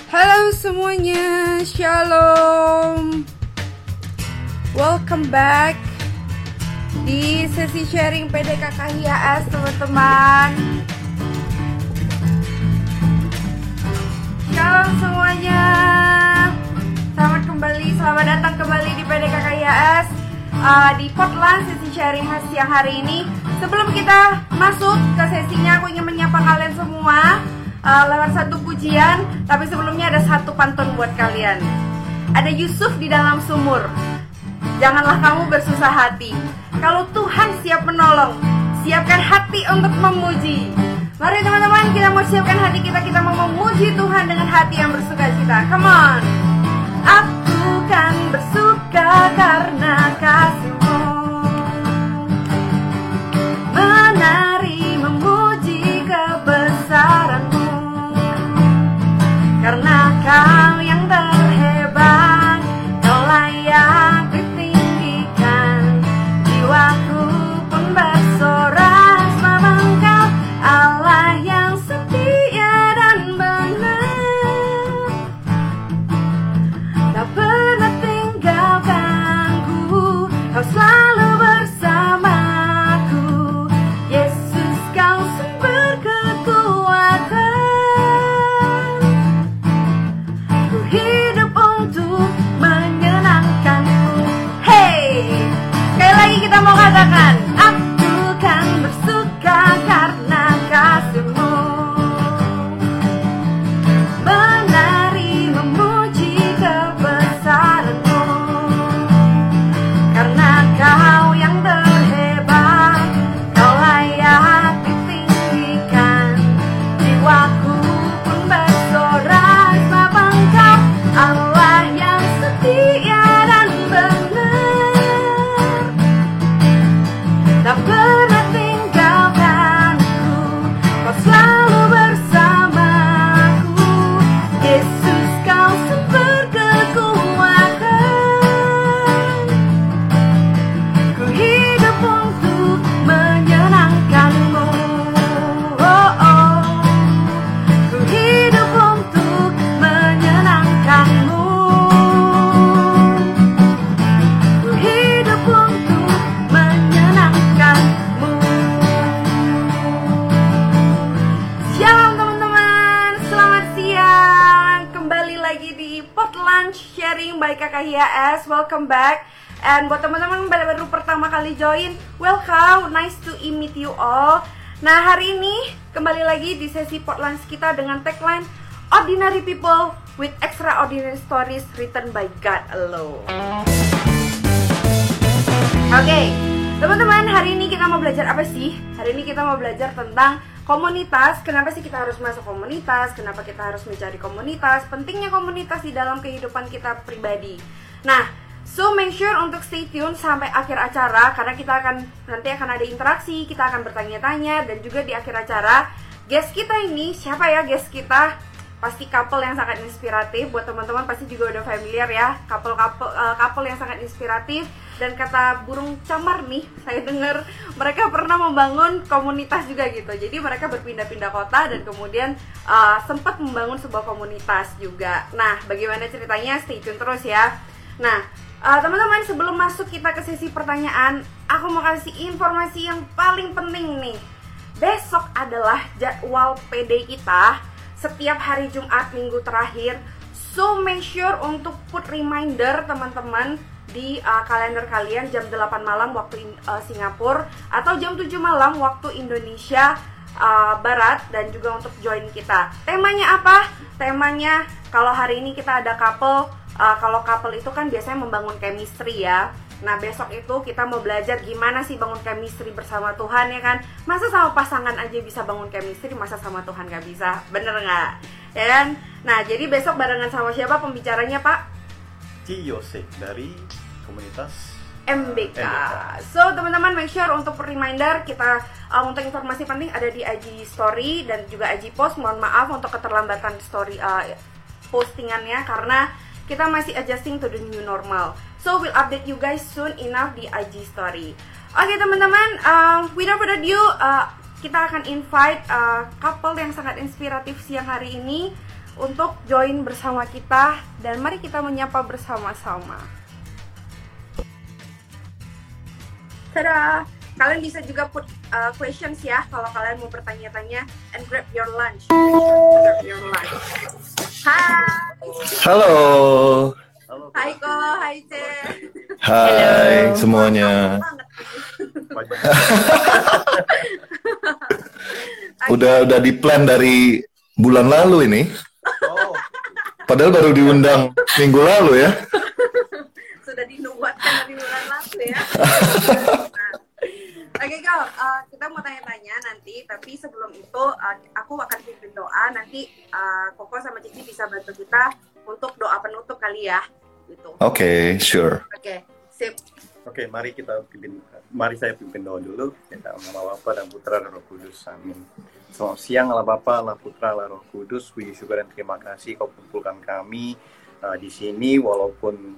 Halo semuanya, shalom. Welcome back di sesi sharing PDKKIAS teman-teman. Shalom semuanya. Selamat datang kembali di PDKKIAS di Potluck sesi sharing siang hari ini. Sebelum kita masuk ke sesinya, aku ingin menyapa kalian semua lewat satu pujian. Tapi sebelumnya ada satu pantun buat kalian. Ada Yusuf di dalam sumur. Janganlah kamu bersusah hati. Kalau Tuhan siap menolong, siapkan hati untuk memuji. Mari teman-teman, kita mau siapkan hati kita. Kita mau memuji Tuhan dengan hati yang bersukacita. Come on. Aku kan bersuka karena kasih-Mu, menari memuji kebesaran-Mu, karena Kau yang terhebat, Kau layak ditinggikan. Jiwaku pun bersorak sebab Engkau Allah yang setia dan benar. Tak pernah tinggalkanku, Kau selalu bersamaku. Yesus, Kau sumber kekuatan. Ku hidup untuk menyenangkan-Mu. Hey, sekali lagi kita mau katakan, aku kan bersuka karena kasih-Mu, menari memuji kebesaran-Mu, karena Kau yang terhebat, Kau layak ditinggikan. Jiwaku pun bersorak sebab Engkau Allah yang setia dan benar. Tak pernah tinggalkanku, Kau selalu bersamaku. Yesus, Kau sumber kekuatan. Ku hidup untuk menyenangkan-Mu. Oh, oh. Ku hidup untuk menyenangkan-Mu. Ku hidup untuk menyenangkan-Mu. Shalom teman-teman, selamat siang. Kembali lagi di Potluck Sharing by KKIAS. Welcome back. And buat teman-teman baru pertama kali join, welcome, nice to meet you all. Nah, hari ini kembali lagi di sesi Potluck kita dengan tagline Ordinary People with Extraordinary Stories Written by God Alone. Oke, teman-teman, hari ini kita mau belajar apa sih? Hari ini kita mau belajar tentang komunitas. Kenapa sih kita harus masuk komunitas? Kenapa kita harus mencari komunitas? Pentingnya komunitas di dalam kehidupan kita pribadi. Nah, so make sure untuk stay tune sampai akhir acara, karena kita nanti akan ada interaksi, kita akan bertanya-tanya, dan juga di akhir acara guest kita ini, siapa ya guest kita? Pasti couple yang sangat inspiratif. Buat teman-teman pasti juga udah familiar ya, couple yang sangat inspiratif. Dan kata burung camar nih, saya dengar mereka pernah membangun komunitas juga gitu. Jadi mereka berpindah-pindah kota dan kemudian sempat membangun sebuah komunitas juga. Nah, bagaimana ceritanya? Stay tune terus ya. Nah, teman-teman, sebelum masuk kita ke sesi pertanyaan, aku mau kasih informasi yang paling penting nih. Besok adalah jadwal PD kita setiap hari Jumat minggu terakhir. So make sure untuk put reminder teman-teman di kalender kalian jam 8 malam waktu Singapura atau jam 7 malam waktu Indonesia Barat, dan juga untuk join kita. Temanya apa? Temanya kalau hari ini kita ada couple. Kalau couple itu kan biasanya membangun chemistry ya. Nah, besok itu kita mau belajar gimana sih bangun chemistry bersama Tuhan, ya kan? Masa sama pasangan aja bisa bangun chemistry, masa sama Tuhan gak bisa? Bener gak? Ya kan? Nah, jadi besok barengan sama siapa pembicaranya, Pak? Ci Yosef dari komunitas MBK. So, teman-teman, make sure untuk reminder kita untuk informasi penting ada di IG Story dan juga IG Post. Mohon maaf untuk keterlambatan story postingannya karena kita masih adjusting to the new normal. So we'll update you guys soon enough di IG Story. Oke teman-teman, without further ado, kita akan invite couple yang sangat inspiratif siang hari ini. untuk join bersama kita dan mari kita menyapa bersama-sama. Tada! Kalian bisa juga put questions ya kalau kalian mau bertanya-tanya, and grab your lunch. Grab your lunch. Hai. Halo. Halo. Hai Ko, hai Ce. Hai semuanya. Udah di plan dari bulan lalu ini. Oh, Padahal baru diundang minggu lalu ya. Sudah dinubuatkan dari bulan lalu ya. Oke Ko, kita mau tanya-tanya nanti, tapi sebelum itu aku akan pimpin doa. Nanti Koko sama Cici bisa bantu kita untuk doa penutup kali ya, gitu. Oke, sure. Oke, sip. Oke, mari saya pimpin doa dulu. Ya, dalam nama Bapa dan Putra dan Roh Kudus. Amin. Selamat siang, Allah Bapa, Allah Putra, Allah Roh Kudus. Puji syukur dan terima kasih Kau kumpulkan kami di sini walaupun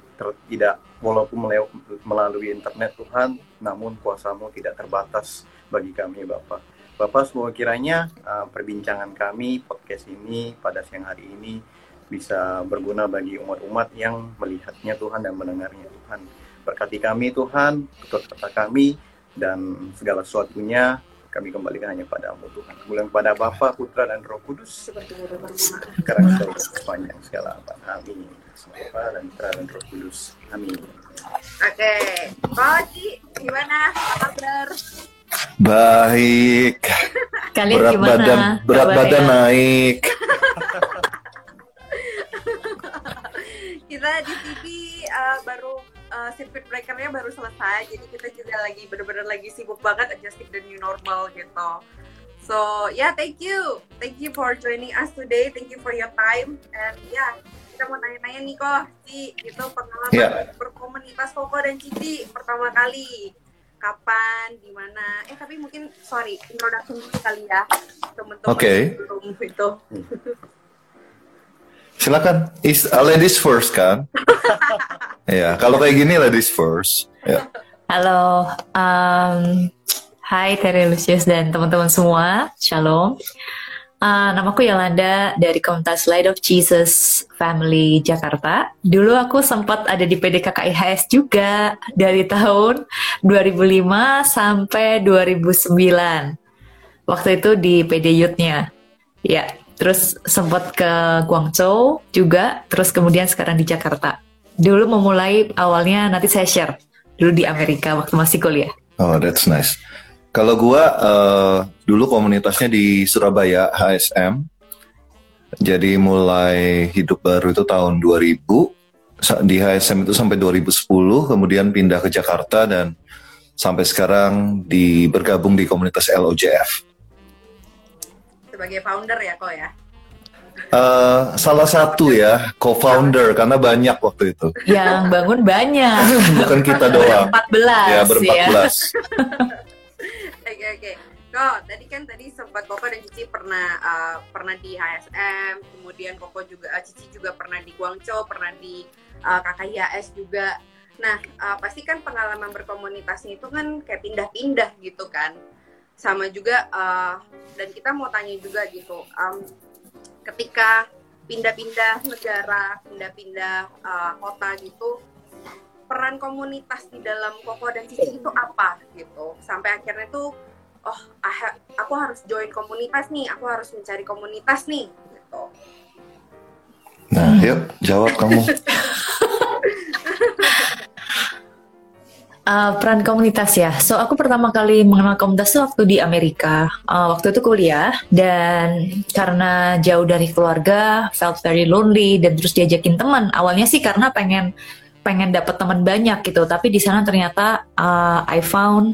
melalui internet Tuhan, namun kuasa-Mu tidak terbatas bagi kami Bapa. Bapa, semoga kiranya perbincangan kami podcast ini pada siang hari ini bisa berguna bagi umat-umat yang melihatnya Tuhan dan mendengarnya Tuhan. Berkati kami Tuhan, tutur kata kami, dan segala sesuatunya kami kembalikan hanya pada-Mu Tuhan. Kemuliaan kepada Bapa, Putra, dan Roh Kudus, sekarang sampai sepanjang segala abad. Amin. Bapa dan Putra dan Roh Kudus. Amin. Oke, Ko, Ci, gimana? Apa kabar? Baik. Kalian Berat gimana? badan Kabarnya? naik. Kita di TV baru circuit breaker-nya baru selesai, jadi kita juga lagi benar-benar lagi sibuk banget adjusting the new normal gitu. So thank you for joining us today, thank you for your time, and kita mau tanya-tanya nih Ko, Ci, gitu pengalaman berkomunitas Koko dan Cici pertama kali, kapan, di mana? Tapi mungkin introduction dulu kali ya teman-teman sebelum itu. Silakan. Ladies first kan? Ya, kalau kayak gini ladies first. Ya. Halo, hai Terry Lucius dan teman-teman semua, Shalom. Namaku Yolanda dari komunitas Light of Jesus Family Jakarta. Dulu aku sempat ada di PDKKIHS juga dari tahun 2005 sampai 2009. Waktu itu di PD Youth-nya. Ya, terus sempat ke Guangzhou juga, terus kemudian sekarang di Jakarta. Dulu memulai awalnya nanti saya share dulu di Amerika waktu masih kuliah. Oh, that's nice. Kalau gua dulu komunitasnya di Surabaya, HSM. Jadi mulai hidup baru itu tahun 2000. Di HSM itu sampai 2010, kemudian pindah ke Jakarta dan sampai sekarang bergabung di komunitas LOJF. Sebagai founder ya Ko ya? Salah satu ya, co-founder, karena banyak waktu itu. Yang bangun banyak. Bukan kita doang. 14 Ya, ber-14. Oke. Kok, tadi sempat Koko dan Cici pernah di HSM, kemudian Cici juga pernah di Guangzhou, pernah di KKIHS juga. Nah, pasti kan pengalaman berkomunitasnya itu kan kayak pindah-pindah gitu kan. Sama juga, dan kita mau tanya juga gitu, ketika pindah-pindah negara, pindah-pindah kota gitu, peran komunitas di dalam Koko dan Cici itu apa gitu? Sampai akhirnya tuh, aku harus join komunitas nih, aku harus mencari komunitas nih, gitu. Nah, yuk jawab kamu. Peran komunitas ya. So aku pertama kali mengenal komunitas itu waktu di Amerika. Waktu itu kuliah dan karena jauh dari keluarga, felt very lonely dan terus diajakin teman. Awalnya sih karena pengen dapat teman banyak gitu. Tapi di sana ternyata I found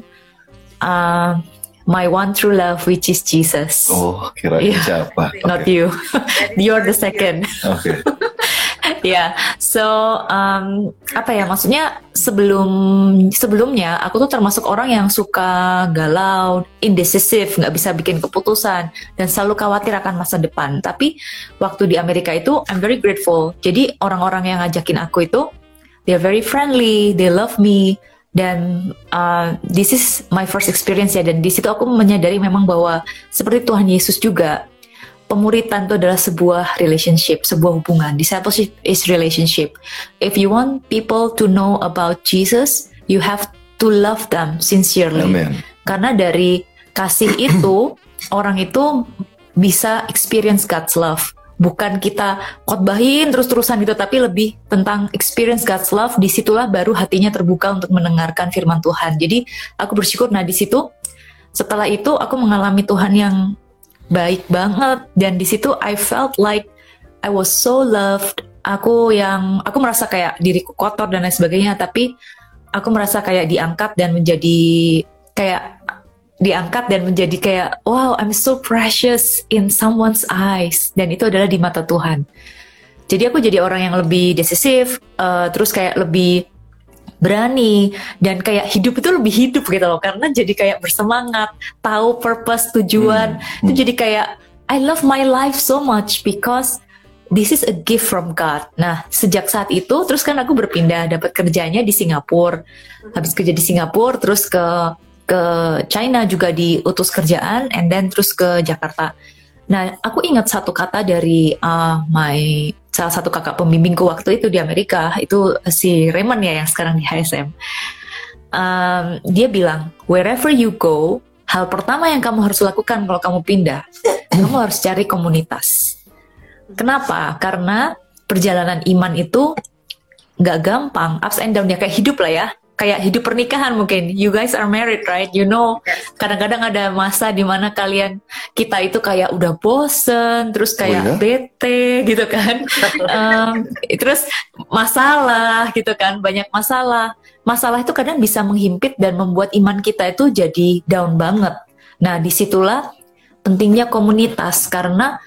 my one true love, which is Jesus. Oh, kirain siapa? Not you. You're the second. Oke. Ya, so maksudnya sebelumnya aku tuh termasuk orang yang suka galau, indecisive, nggak bisa bikin keputusan dan selalu khawatir akan masa depan. Tapi waktu di Amerika itu I'm very grateful. Jadi orang-orang yang ngajakin aku itu they're very friendly, they love me, dan this is my first experience ya. Dan di situ aku menyadari memang bahwa seperti Tuhan Yesus juga, pemuritan itu adalah sebuah relationship, sebuah hubungan. Discipleship is relationship. If you want people to know about Jesus, you have to love them sincerely. Amen. Karena dari kasih itu, orang itu bisa experience God's love. Bukan kita khotbahin terus-terusan gitu, tapi lebih tentang experience God's love. Disitulah baru hatinya terbuka untuk mendengarkan firman Tuhan. Jadi aku bersyukur, di situ setelah itu aku mengalami Tuhan yang baik banget, dan di situ I felt like I was so loved. Aku merasa kayak diriku kotor dan lain sebagainya, tapi aku merasa kayak diangkat dan menjadi kayak wow, I'm so precious in someone's eyes, dan itu adalah di mata Tuhan. Jadi aku jadi orang yang lebih decisif, terus kayak lebih berani, dan kayak hidup itu lebih hidup gitu loh, karena jadi kayak bersemangat, tahu purpose, tujuan. Itu jadi kayak I love my life so much because this is a gift from God. Nah, sejak saat itu terus kan aku berpindah, dapat kerjanya di Singapura. Habis kerja di Singapura terus ke China juga diutus kerjaan, and then terus ke Jakarta. Nah, aku ingat satu kata dari salah satu kakak pembimbingku waktu itu di Amerika, itu si Raymond ya, yang sekarang di HSM. Dia bilang, wherever you go, hal pertama yang kamu harus lakukan kalau kamu pindah, kamu harus cari komunitas. Kenapa? Karena perjalanan iman itu gak gampang, ups and down, ya kayak hidup lah ya. Kayak hidup pernikahan mungkin. You guys are married, right? You know, kadang-kadang ada masa di mana kita itu kayak udah bosen, terus kayak bete gitu kan. Terus masalah gitu kan, banyak masalah. Masalah itu kadang bisa menghimpit dan membuat iman kita itu jadi down banget. Nah, disitulah pentingnya komunitas, karena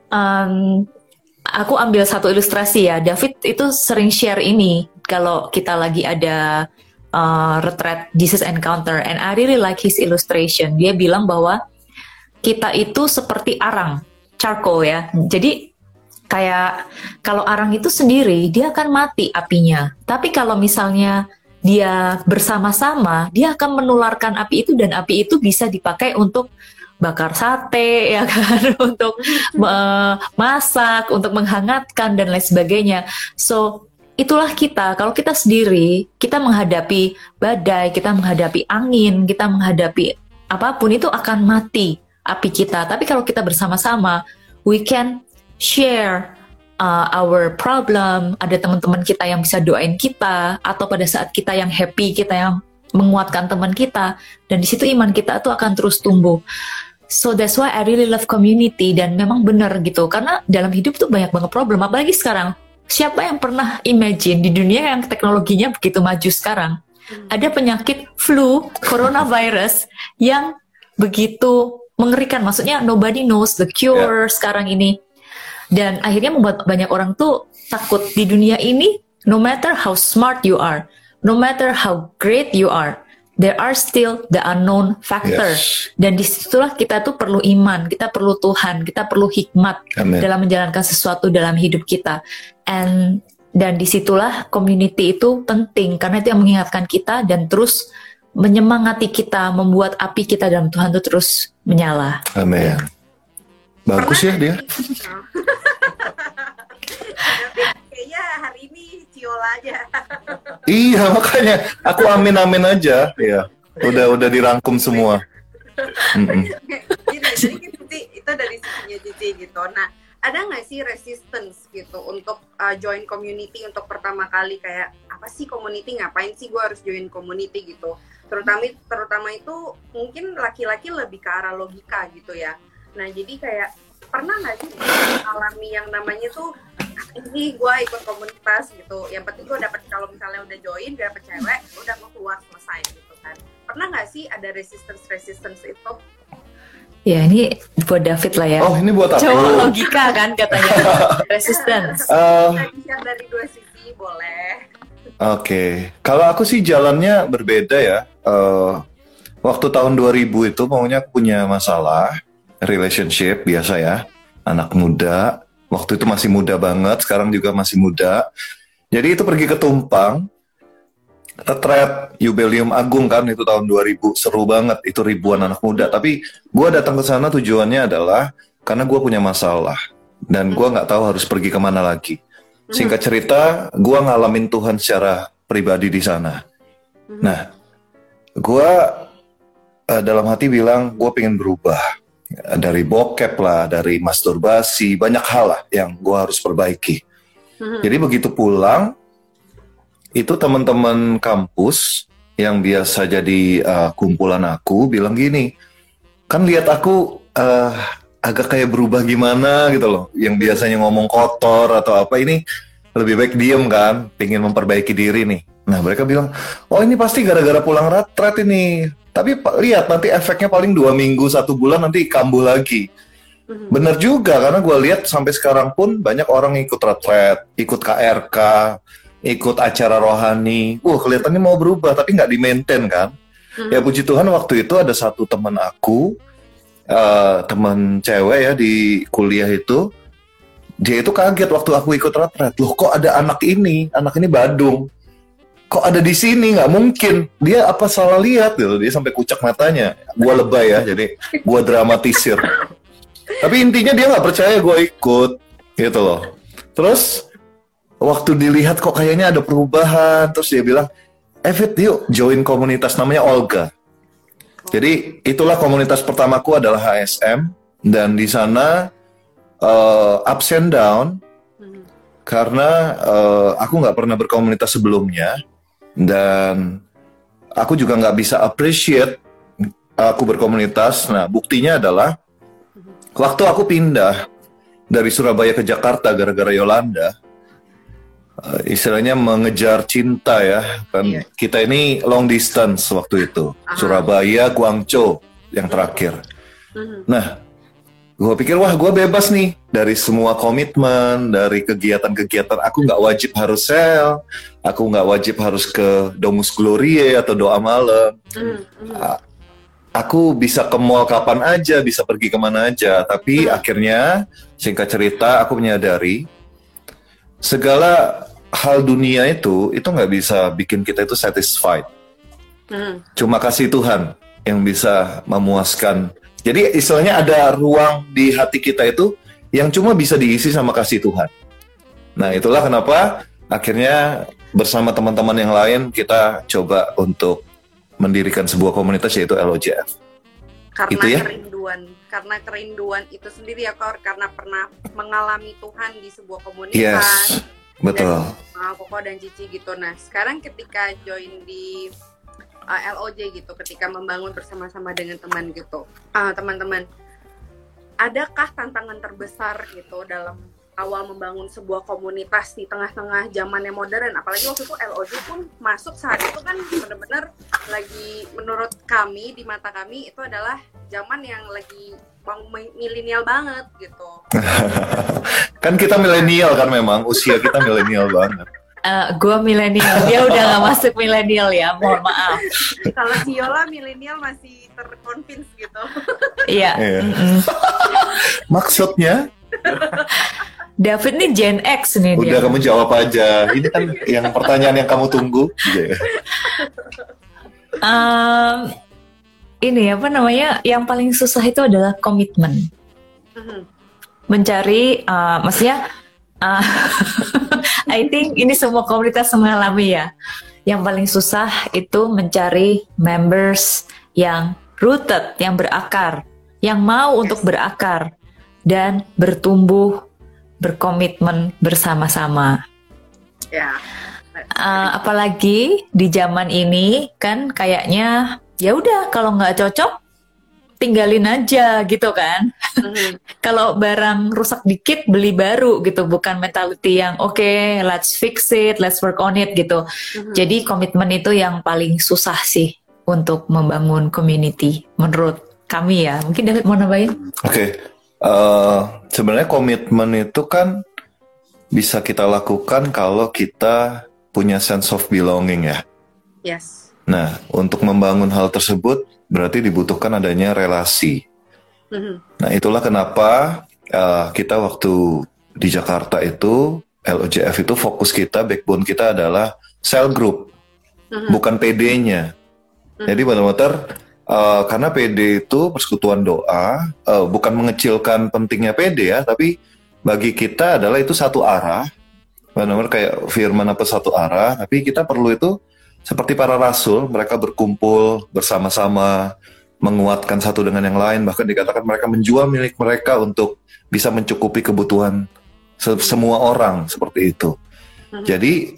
aku ambil satu ilustrasi ya. David itu sering share ini kalau kita lagi ada retreat Jesus Encounter, and I really like his illustration. Dia bilang bahwa kita itu seperti arang, charcoal ya. Jadi kayak kalau arang itu sendiri dia akan mati apinya. Tapi kalau misalnya dia bersama-sama, dia akan menularkan api itu, dan api itu bisa dipakai untuk bakar sate ya kan, untuk masak, untuk menghangatkan dan lain sebagainya. So itulah kita, kalau kita sendiri, kita menghadapi badai, kita menghadapi angin, kita menghadapi apapun, itu akan mati api kita. Tapi kalau kita bersama-sama, we can share our problem, ada teman-teman kita yang bisa doain kita, atau pada saat kita yang happy, kita yang menguatkan teman kita, dan di situ iman kita tuh akan terus tumbuh. So that's why I really love community, dan memang benar gitu, karena dalam hidup tuh banyak banget problem, apalagi sekarang. Siapa yang pernah imagine di dunia yang teknologinya begitu maju sekarang, ada penyakit flu, coronavirus yang begitu mengerikan. Maksudnya nobody knows the cure sekarang ini. Dan akhirnya membuat banyak orang tuh takut di dunia ini. No matter how smart you are, no matter how great you are, there are still the unknown factor. Dan disitulah kita tuh perlu iman, kita perlu Tuhan, kita perlu hikmat dalam menjalankan sesuatu dalam hidup kita. Dan disitulah community itu penting, karena itu yang mengingatkan kita dan terus menyemangati kita, membuat api kita dalam Tuhan itu terus menyala. Amin. Bagus ya dia. Kayaknya hari ini ciola aja. Iya, makanya aku amin aja. Iya. Udah dirangkum semua. Jadi itu dari sisinya Cici gitu. Nah, ada nggak sih resistance gitu untuk join community untuk pertama kali, kayak apa sih community, ngapain sih gue harus join community gitu, terutama itu mungkin laki-laki lebih ke arah logika gitu ya. Nah, jadi kayak pernah nggak sih alami yang namanya tuh ini gue ikut komunitas gitu, yang penting gue dapet, kalau misalnya udah join dapet cewek, udah gue keluar selesai gitu kan. Pernah nggak sih ada resistance itu? Ya, ini buat David lah ya. Oh, ini buat aku. Coba logika kan katanya. Resistance. Dari dua sisi boleh. Oke. Kalau aku sih jalannya berbeda ya. Waktu tahun 2000 itu maunya aku punya masalah relationship biasa ya. Anak muda. Waktu itu masih muda banget. Sekarang juga masih muda. Jadi itu pergi ke Tumpang. Retreat Jubileum Agung kan, itu tahun 2000, seru banget, itu ribuan anak muda. Tapi gue datang ke sana tujuannya adalah karena gue punya masalah dan gue nggak tahu harus pergi kemana lagi. Singkat cerita, gue ngalamin Tuhan secara pribadi di sana. Nah, gue dalam hati bilang gue pengen berubah dari bokep lah, dari masturbasi, banyak hal lah yang gue harus perbaiki. Jadi begitu pulang, itu teman-teman kampus yang biasa jadi kumpulan aku bilang gini, kan lihat aku agak kayak berubah gimana gitu loh, yang biasanya ngomong kotor atau apa, ini lebih baik diem kan, pengen memperbaiki diri nih. Nah mereka bilang, oh ini pasti gara-gara pulang retret ini, tapi lihat nanti efeknya paling 2 minggu 1 bulan nanti kambuh lagi. Bener juga, karena gue lihat sampai sekarang pun banyak orang ikut retret, ikut KRK, ikut acara rohani, kelihatannya mau berubah tapi nggak di-maintain kan. Ya puji Tuhan waktu itu ada satu teman aku, teman cewek ya di kuliah itu, dia itu kaget waktu aku ikut retret. Loh kok ada anak ini Badung, kok ada di sini, nggak mungkin, dia apa salah lihat gitu. Dia sampai kucak matanya. Gua lebay ya, jadi gua dramatisir. Tapi intinya dia nggak percaya gua ikut gitu loh. Terus waktu dilihat kok kayaknya ada perubahan, terus dia bilang, Evit yuk join komunitas namanya Olga. Jadi itulah komunitas pertamaku adalah HSM, dan di sana ups and down karena aku nggak pernah berkomunitas sebelumnya dan aku juga nggak bisa appreciate aku berkomunitas. Nah buktinya adalah waktu aku pindah dari Surabaya ke Jakarta gara-gara Yolanda, istilahnya mengejar cinta ya kan. Kita ini long distance waktu itu, Surabaya Guangzhou yang terakhir. Nah gue pikir wah gue bebas nih dari semua komitmen, dari kegiatan-kegiatan. Aku nggak wajib harus sel, aku nggak wajib harus ke Domus Glorie atau doa malam. Aku bisa ke mall kapan aja, bisa pergi kemana aja. Tapi akhirnya singkat cerita aku menyadari segala hal dunia itu nggak bisa bikin kita itu satisfied. Cuma kasih Tuhan yang bisa memuaskan. Jadi istilahnya ada ruang di hati kita itu yang cuma bisa diisi sama kasih Tuhan. Nah itulah kenapa akhirnya bersama teman-teman yang lain kita coba untuk mendirikan sebuah komunitas yaitu LOJF. Karena itu ya? kerinduan itu sendiri ya, karena pernah mengalami Tuhan di sebuah komunitas. Yes, betul. Koko dan Cici gitu. Nah sekarang ketika join di LOJ gitu, ketika membangun bersama-sama dengan teman gitu, teman-teman, adakah tantangan terbesar gitu dalam awal membangun sebuah komunitas di tengah-tengah zaman yang modern? Apalagi waktu itu LOJ pun masuk saat itu kan benar-benar lagi, menurut kami, di mata kami itu adalah zaman yang lagi milenial banget gitu. Kan kita milenial kan, memang usia kita milenial banget. Gue milenial, dia udah gak masuk milenial ya, mohon maaf. Kalau si Yola milenial masih terconvince gitu. Iya. Maksudnya? David nih Gen X nih. Udah dia. Kamu jawab aja. Ini kan yang pertanyaan yang kamu tunggu. Ini apa namanya? Yang paling susah itu adalah komitmen. Mencari, maksudnya. I think ini semua komunitas mengalami ya. Yang paling susah itu mencari members yang rooted, yang berakar, yang mau untuk berakar dan bertumbuh, berkomitmen bersama-sama. Apalagi di zaman ini kan kayaknya ya udah kalau nggak cocok tinggalin aja gitu kan. Kalau barang rusak dikit beli baru gitu, bukan mentality yang okay, let's fix it, let's work on it gitu. Jadi komitmen itu yang paling susah sih untuk membangun community menurut kami ya. Mungkin David mau nambahin? Oke. Sebenarnya komitmen itu kan bisa kita lakukan kalau kita punya sense of belonging ya. Yes. Nah, untuk membangun hal tersebut berarti dibutuhkan adanya relasi. Nah, itulah kenapa kita waktu di Jakarta itu, LOJF itu fokus kita, backbone kita adalah cell group, bukan PD-nya. Jadi benar-benar Karena PD itu persekutuan doa, bukan mengecilkan pentingnya PD ya, tapi bagi kita adalah itu satu arah, benar-benar kayak firman apa satu arah, tapi kita perlu itu seperti para rasul, mereka berkumpul bersama-sama, menguatkan satu dengan yang lain, bahkan dikatakan mereka menjual milik mereka untuk bisa mencukupi kebutuhan semua orang, seperti itu. Jadi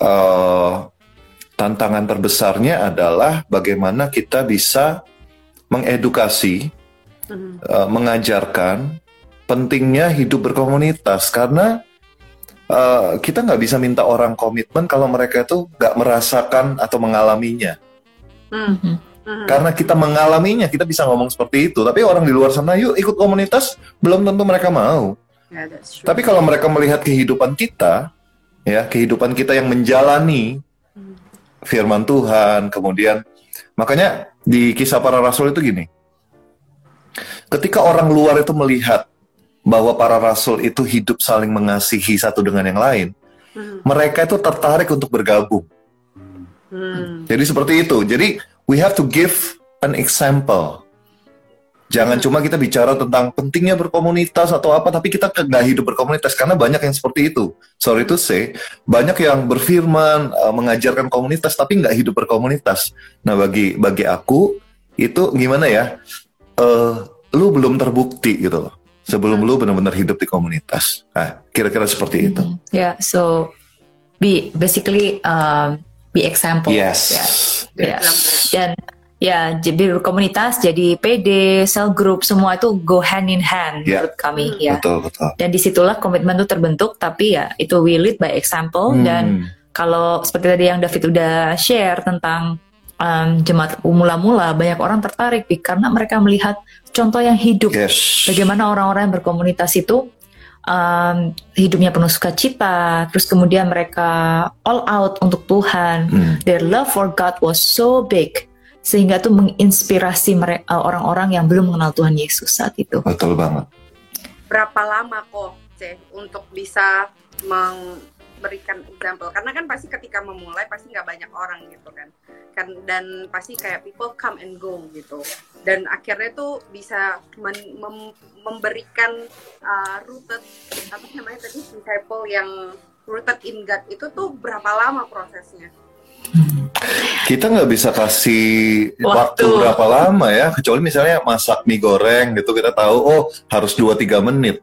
tantangan terbesarnya adalah bagaimana kita bisa mengedukasi, mengajarkan pentingnya hidup berkomunitas, karena kita nggak bisa minta orang komitmen kalau mereka itu nggak merasakan atau mengalaminya. Karena kita mengalaminya, kita bisa ngomong seperti itu. Tapi orang di luar sana, yuk ikut komunitas, belum tentu mereka mau. Yeah, that's true. Tapi kalau mereka melihat kehidupan kita, ya kehidupan kita yang menjalani firman Tuhan, kemudian makanya di Kisah Para Rasul itu gini. Ketika orang luar itu melihat bahwa para rasul itu hidup saling mengasihi satu dengan yang lain, mereka itu tertarik untuk bergabung. Jadi seperti itu. Jadi we have to give an example. Jangan cuma kita bicara tentang pentingnya berkomunitas atau apa, tapi kita nggak hidup berkomunitas, karena banyak yang seperti itu. Sorry to say, banyak yang berfirman, mengajarkan komunitas, tapi nggak hidup berkomunitas. Nah bagi aku itu gimana ya? Lu belum terbukti gitu loh, sebelum lu benar-benar hidup di komunitas. Nah, kira-kira seperti itu. Yeah, so be example. Yes. Yeah. Dan ya, jadi komunitas, jadi PD, cell group, semua itu go hand in hand menurut kami ya. Betul. Dan disitulah komitmen itu terbentuk, tapi ya itu we lead by example. Dan kalau seperti tadi yang David udah share tentang jemaat mula-mula, banyak orang tertarik karena mereka melihat contoh yang hidup. Yes. Bagaimana orang-orang yang berkomunitas itu hidupnya penuh sukacita, terus kemudian mereka all out untuk Tuhan. Their love for God was so big, sehingga itu menginspirasi orang-orang yang belum mengenal Tuhan Yesus saat itu. Betul banget. Berapa lama kok, Ceh, untuk bisa memberikan example? Karena kan pasti ketika memulai pasti nggak banyak orang gitu kan, dan pasti kayak people come and go gitu. Dan akhirnya tuh bisa memberikan rooted, apa namanya tadi, disciple yang rooted in God itu tuh berapa lama prosesnya? Kita nggak bisa kasih waktu berapa lama ya, kecuali misalnya masak mie goreng gitu, kita tahu oh harus 2-3 menit.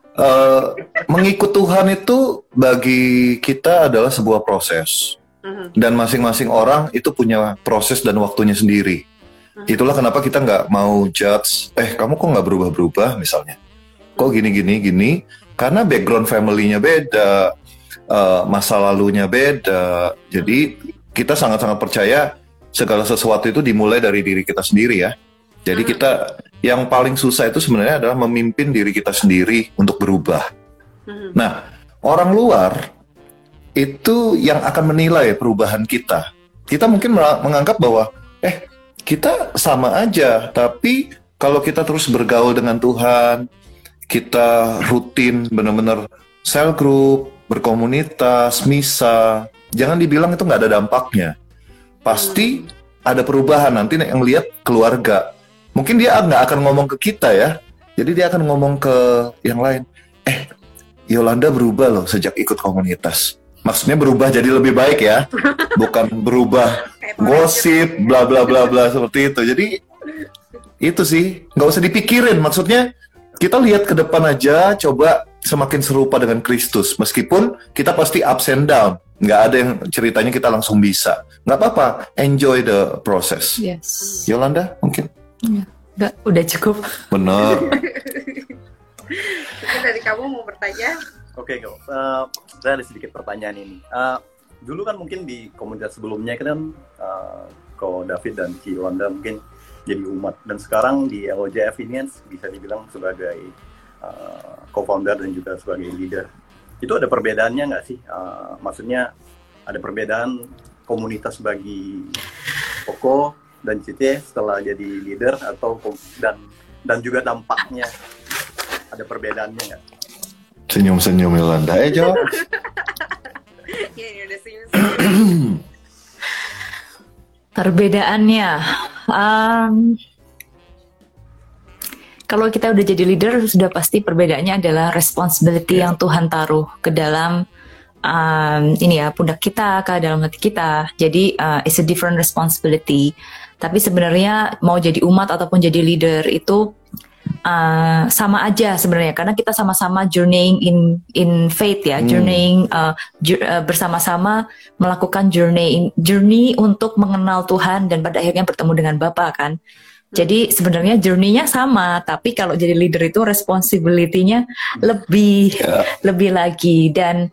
Mengikut Tuhan itu bagi kita adalah sebuah proses, dan masing-masing orang itu punya proses dan waktunya sendiri. Itulah kenapa kita nggak mau judge, kamu kok nggak berubah-berubah misalnya, kok gini, karena background family-nya beda, masa lalunya beda. Jadi kita sangat-sangat percaya segala sesuatu itu dimulai dari diri kita sendiri ya. Jadi kita yang paling susah itu sebenarnya adalah memimpin diri kita sendiri untuk berubah. Nah, orang luar itu yang akan menilai perubahan kita. Kita mungkin menganggap bahwa kita sama aja, tapi kalau kita terus bergaul dengan Tuhan, kita rutin benar-benar cell group, berkomunitas, misa, jangan dibilang itu nggak ada dampaknya. Pasti ada perubahan. Nanti yang lihat keluarga. Mungkin dia nggak akan ngomong ke kita ya. Jadi dia akan ngomong ke yang lain. Yolanda berubah loh sejak ikut komunitas. Maksudnya berubah jadi lebih baik ya. Bukan berubah gosip, bla bla bla bla seperti itu. Jadi itu sih, nggak usah dipikirin. Maksudnya kita lihat ke depan aja, coba semakin serupa dengan Kristus. Meskipun kita pasti ups and down. Nggak ada yang ceritanya kita langsung bisa. Nggak apa-apa, enjoy the process. Yes. Yolanda mungkin? Nggak, udah cukup. Benar. Mungkin dari kamu mau bertanya? Oke, saya ada sedikit pertanyaan ini. Dulu kan mungkin di komunitas sebelumnya kan Ko David dan Ci Yolanda mungkin jadi umat, dan sekarang di LOJF ini bisa dibilang sebagai co-founder dan juga sebagai leader. Itu ada perbedaannya nggak sih? Maksudnya ada perbedaan komunitas bagi Koko dan Cici setelah jadi leader, atau dan juga dampaknya ada perbedaannya nggak? Senyum-senyum Yolanda, jawab. Iya, udah senyum. Perbedaannya, kalau kita udah jadi leader, sudah pasti perbedaannya adalah responsibility yang Tuhan taruh ke dalam pundak kita, ke dalam hati kita. Jadi it's a different responsibility. Tapi sebenarnya mau jadi umat ataupun jadi leader itu sama aja sebenarnya, karena kita sama-sama journeying in faith ya, journeying bersama-sama melakukan journey untuk mengenal Tuhan dan pada akhirnya bertemu dengan Bapa kan. Jadi sebenarnya journey-nya sama, tapi kalau jadi leader itu responsibility-nya lebih lagi.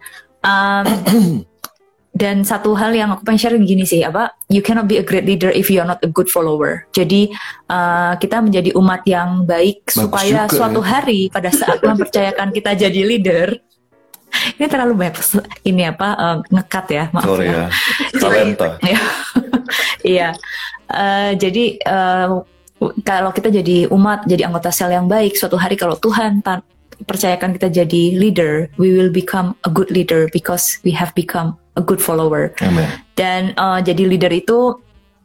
Dan satu hal yang aku pengen share gini sih, you cannot be a great leader if you are not a good follower. Jadi kita menjadi umat yang baik supaya suatu hari pada saat Tuhan percayakan kita jadi leader. Ini terlalu banyak ngekat ya, maaf. Sorry ya. Talenta. Iya. Jadi kalau kita jadi umat, jadi anggota sel yang baik, suatu hari kalau Tuhan percayakan kita jadi leader, we will become a good leader because we have become a good follower. Amen. Dan jadi leader itu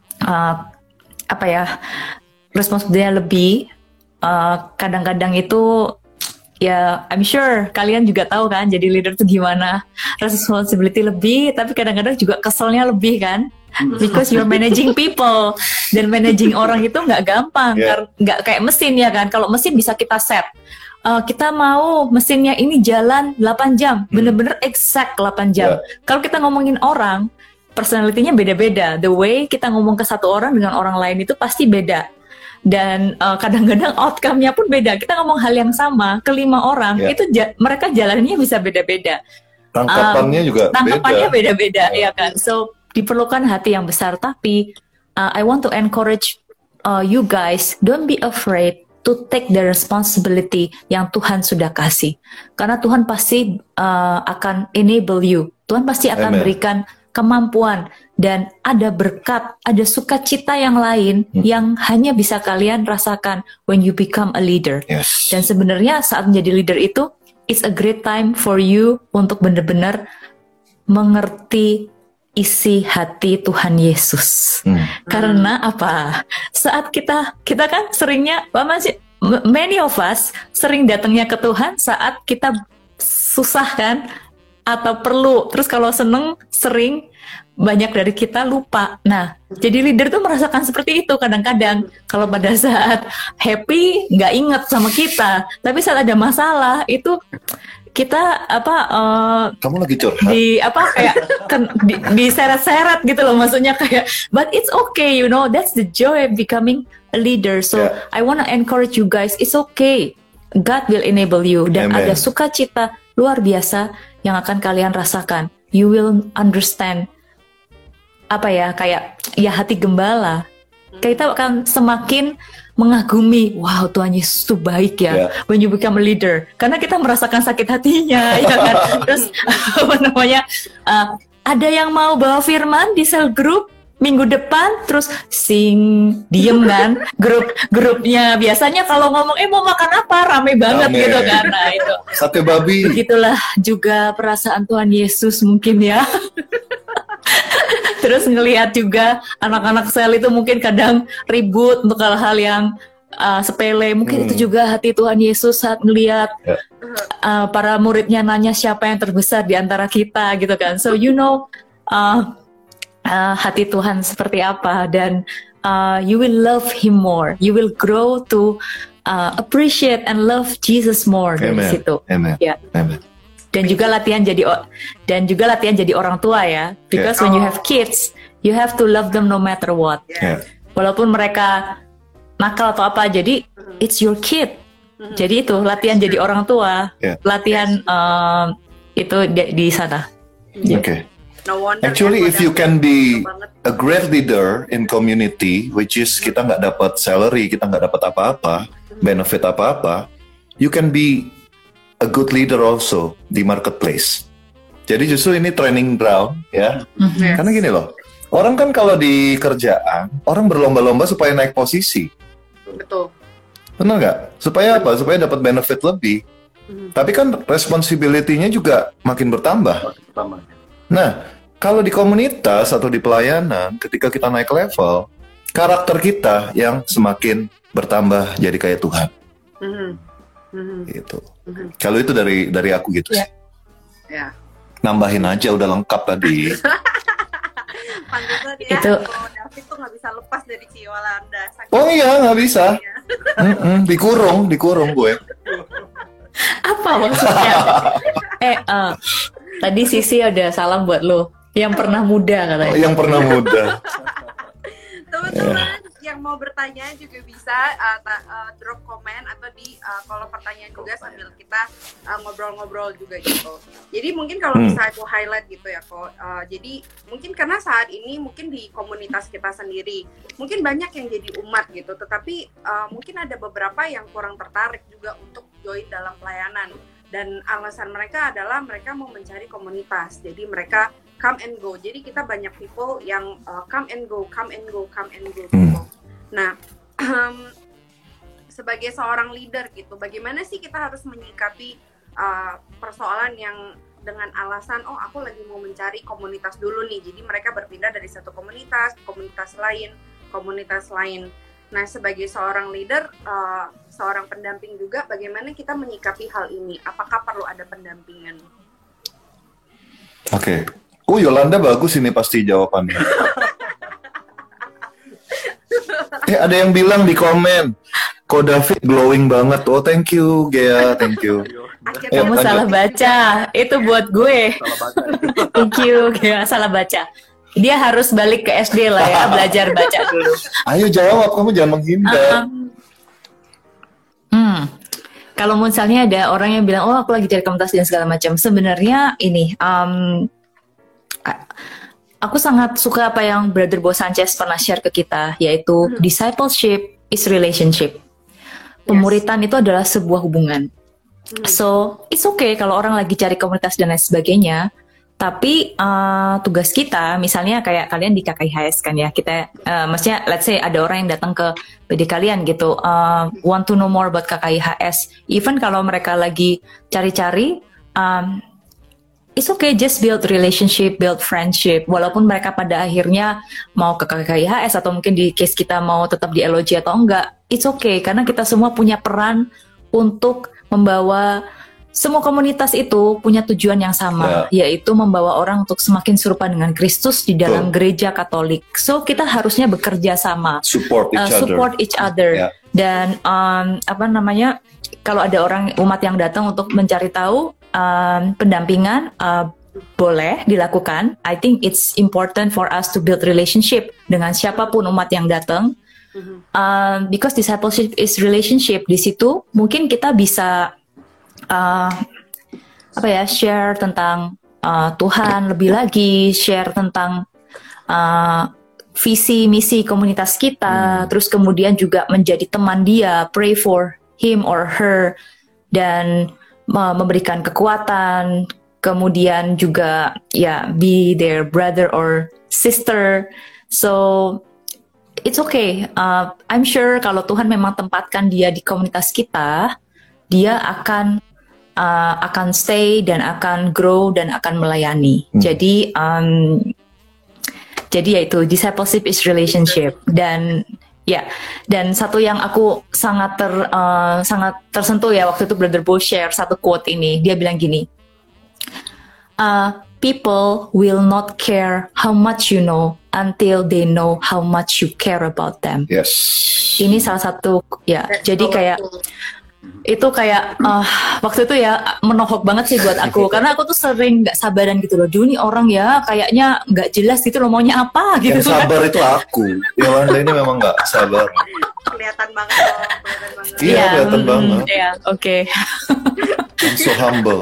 responsibilitasnya lebih. Kadang-kadang itu ya, I'm sure kalian juga tahu kan, jadi leader itu gimana, responsibility lebih, tapi kadang-kadang juga keselnya lebih kan. Because you're managing people, dan managing orang itu nggak gampang, nggak kayak mesin ya kan. Kalau mesin bisa kita set, kita mau mesinnya ini jalan 8 jam, bener-bener exact 8 jam. Kalau kita ngomongin orang, personality-nya beda-beda. The way kita ngomong ke satu orang dengan orang lain itu pasti beda. Dan kadang-kadang outcome-nya pun beda. Kita ngomong hal yang sama ke 5 orang, itu mereka jalannya bisa beda-beda. Tangkapannya beda-beda, ya kan. So diperlukan hati yang besar. Tapi I want to encourage you guys, don't be afraid to take the responsibility yang Tuhan sudah kasih. Karena Tuhan pasti akan enable you. Tuhan pasti akan berikan kemampuan dan ada berkat, ada sukacita yang lain yang hanya bisa kalian rasakan when you become a leader. Yes. Dan sebenarnya saat menjadi leader itu, it's a great time for you untuk benar-benar mengerti isi hati Tuhan Yesus. Karena apa? Saat kita kan seringnya, many of us sering datangnya ke Tuhan saat kita susah kan, atau perlu. Terus kalau seneng, sering banyak dari kita lupa. Nah, jadi leader tuh merasakan seperti itu kadang-kadang. Kalau pada saat happy nggak inget sama kita, tapi saat ada masalah itu kita kamu lagi curhat diseret-seret gitu loh, maksudnya kayak, but it's okay, you know, that's the joy of becoming a leader. So I wanna encourage you guys, it's okay, God will enable you, dan ada sukacita luar biasa yang akan kalian rasakan. You will understand kayak hati gembala. Kita akan semakin mengagumi, wow, Tuhan Yesus itu baik ya, when you become a leader, karena kita merasakan sakit hatinya, ya kan. Terus ada yang mau bawa firman di sel grup minggu depan, terus diem kan, grupnya biasanya kalau ngomong mau makan apa, rame banget gitu kan. Nah itu sate babi. Begitulah juga perasaan Tuhan Yesus mungkin ya. Terus ngelihat juga anak-anak sel itu mungkin kadang ribut untuk hal-hal yang sepele. Mungkin itu juga hati Tuhan Yesus saat ngelihat para muridnya nanya siapa yang terbesar di antara kita gitu kan. So you know hati Tuhan seperti apa, dan you will love Him more. You will grow to appreciate and love Jesus more dari situ. Amen. Ya. Amen. Dan juga latihan jadi orang tua ya. Because when you have kids, you have to love them no matter what. Walaupun mereka nakal atau apa, jadi it's your kid. Jadi itu latihan jadi orang tua, latihan itu di sana. Okay. Actually, if you can be a great leader in community, which is kita nggak dapat salary, kita nggak dapat apa-apa, benefit apa-apa, you can be a good leader also di marketplace. Jadi justru ini training ground ya. Karena gini loh, orang kan kalau di kerjaan, orang berlomba-lomba supaya naik posisi. Betul. Benar nggak? Supaya apa? Supaya dapat benefit lebih. Tapi kan responsibility-nya juga makin bertambah. Nah, kalau di komunitas atau di pelayanan, ketika kita naik level, karakter kita yang semakin bertambah jadi kayak Tuhan. Mhm. Mhm. gitu. Mhm. Kalau itu dari aku gitu sih. Ya. Nambahin aja udah lengkap tadi. Pantesan ya, Itu- kalau David tuh nggak bisa lepas dari si Yolanda. Saking Oh iya, nggak bisa. ya. Dikurung gue. Apa maksudnya? Tadi Sisi ada salam buat lo. Yang pernah muda katanya. Yang pernah muda. Teman-teman yang mau bertanya juga bisa drop komen atau di kolom pertanyaan juga sambil kita ngobrol-ngobrol juga gitu. Jadi mungkin kalau bisa aku highlight gitu ya kok. Jadi mungkin karena saat ini mungkin di komunitas kita sendiri mungkin banyak yang jadi umat gitu, tetapi mungkin ada beberapa yang kurang tertarik juga untuk join dalam pelayanan. Dan alasan mereka adalah mereka mau mencari komunitas. Jadi mereka come and go. Jadi kita banyak people yang come and go gitu. Nah, sebagai seorang leader gitu, bagaimana sih kita harus menyikapi persoalan yang dengan alasan aku lagi mau mencari komunitas dulu nih. Jadi mereka berpindah dari satu komunitas ke komunitas lain. Nah, sebagai seorang leader, seorang pendamping juga, bagaimana kita menyikapi hal ini? Apakah perlu ada pendampingan? Oke. Yolanda bagus ini pasti jawabannya. Ada yang bilang di komen, kok David glowing banget. Oh, thank you, Gea, thank you. Akhirnya Kamu lanjut. salah baca. Itu buat gue. Salah baca. Thank you. Ya, salah baca. Dia harus balik ke SD lah ya, belajar baca dulu. Ayo jawab, kamu jangan menghindar. Kalau misalnya ada orang yang bilang, aku lagi cari komunitas dan segala macam. Sebenarnya ini, aku sangat suka apa yang Brother Bo Sanchez pernah share ke kita, yaitu discipleship is relationship. Pemuritan itu adalah sebuah hubungan. So, it's okay kalau orang lagi cari komunitas dan lain sebagainya. Tapi tugas kita, misalnya kayak kalian di KKIHS kan ya, kita, maksudnya let's say ada orang yang datang ke PD kalian gitu, want to know more about KKIHS, even kalau mereka lagi cari-cari, it's okay, just build relationship, build friendship, walaupun mereka pada akhirnya mau ke KKIHS atau mungkin di case kita mau tetap di LOG atau enggak, it's okay, karena kita semua punya peran untuk membawa. Semua komunitas itu punya tujuan yang sama, yaitu membawa orang untuk semakin serupa dengan Kristus di dalam gereja Katolik. So kita harusnya bekerja sama, Support each other. Yeah. Dan kalau ada orang umat yang datang untuk mencari tahu, pendampingan boleh dilakukan. I think it's important for us to build relationship dengan siapapun umat yang datang. Because discipleship is relationship. Di situ mungkin kita bisa share tentang Tuhan lebih lagi, share tentang visi misi komunitas kita, terus kemudian juga menjadi teman dia, pray for him or her, dan memberikan kekuatan, kemudian juga be their brother or sister. So it's okay. I'm sure kalau Tuhan memang tempatkan dia di komunitas kita, dia akan stay dan akan grow dan akan melayani. Jadi yaitu discipleship is relationship. Dan satu yang aku sangat tersentuh ya waktu itu Brother Bo share satu quote ini. Dia bilang gini, people will not care how much you know until they know how much you care about them. Yes. Ini salah satu jadi kayak itu kayak waktu itu ya menohok banget sih buat aku, karena aku tuh sering nggak sabaran gitu loh. Dulu nih orang ya kayaknya nggak jelas gitu loh maunya apa gitu. Yang sabar itu aku. Yolanda ini memang nggak sabar. Kelihatan banget loh, Iya, kelihatan banget. Iya, oke. I'm so humble.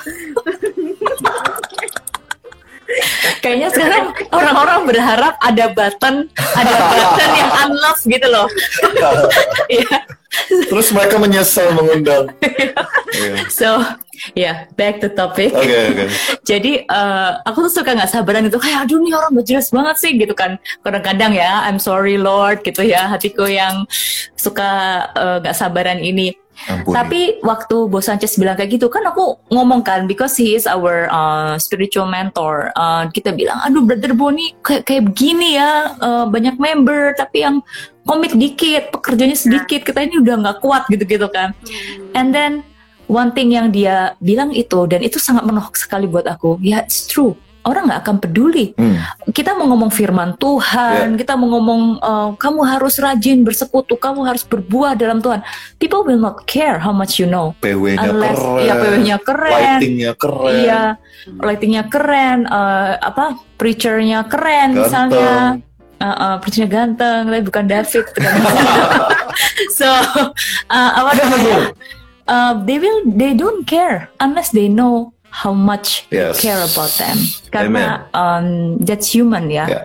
Kayaknya sekarang orang-orang berharap ada button yang unlove gitu loh. Iya. Terus mereka menyesal mengundang. So, back to topic. Oke. Jadi aku tuh suka nggak sabaran gitu, kayak aduh nih orang gak jelas banget sih gitu kan. Kadang-kadang ya, I'm sorry Lord gitu ya, hatiku yang suka nggak sabaran ini. Ampuni. Tapi waktu Bos Sanchez bilang kayak gitu kan aku ngomong kan, because he is our spiritual mentor. Kita bilang, aduh Brother Boni kayak begini ya, banyak member tapi yang komit dikit, pekerjanya sedikit, kita ini udah nggak kuat gitu-gitu kan. And then one thing yang dia bilang itu, dan itu sangat menohok sekali buat aku, ya it's true. Orang nggak akan peduli. Kita mau ngomong firman Tuhan, kita mau ngomong kamu harus rajin bersekutu, kamu harus berbuah dalam Tuhan. People will not care how much you know. PW-nya Unless, keren, ya PW-nya keren, lighting-nya keren, iya, lighting-nya keren, preacher-nya keren, ganteng. misalnya. Preacher-nya ganteng, tapi bukan David. So, apa namanya? They don't care unless they know how much you care about them. Karena that's human ya.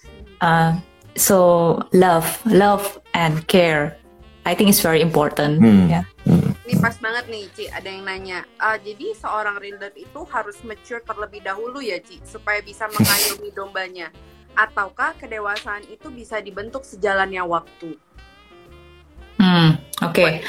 So love and care, I think is very important. Ya. Ini pas banget nih Ci, ada yang nanya. Jadi seorang leader itu harus mature terlebih dahulu ya Ci, supaya bisa mengayomi dombanya. Ataukah kedewasaan itu bisa dibentuk sejalannya waktu? Oke.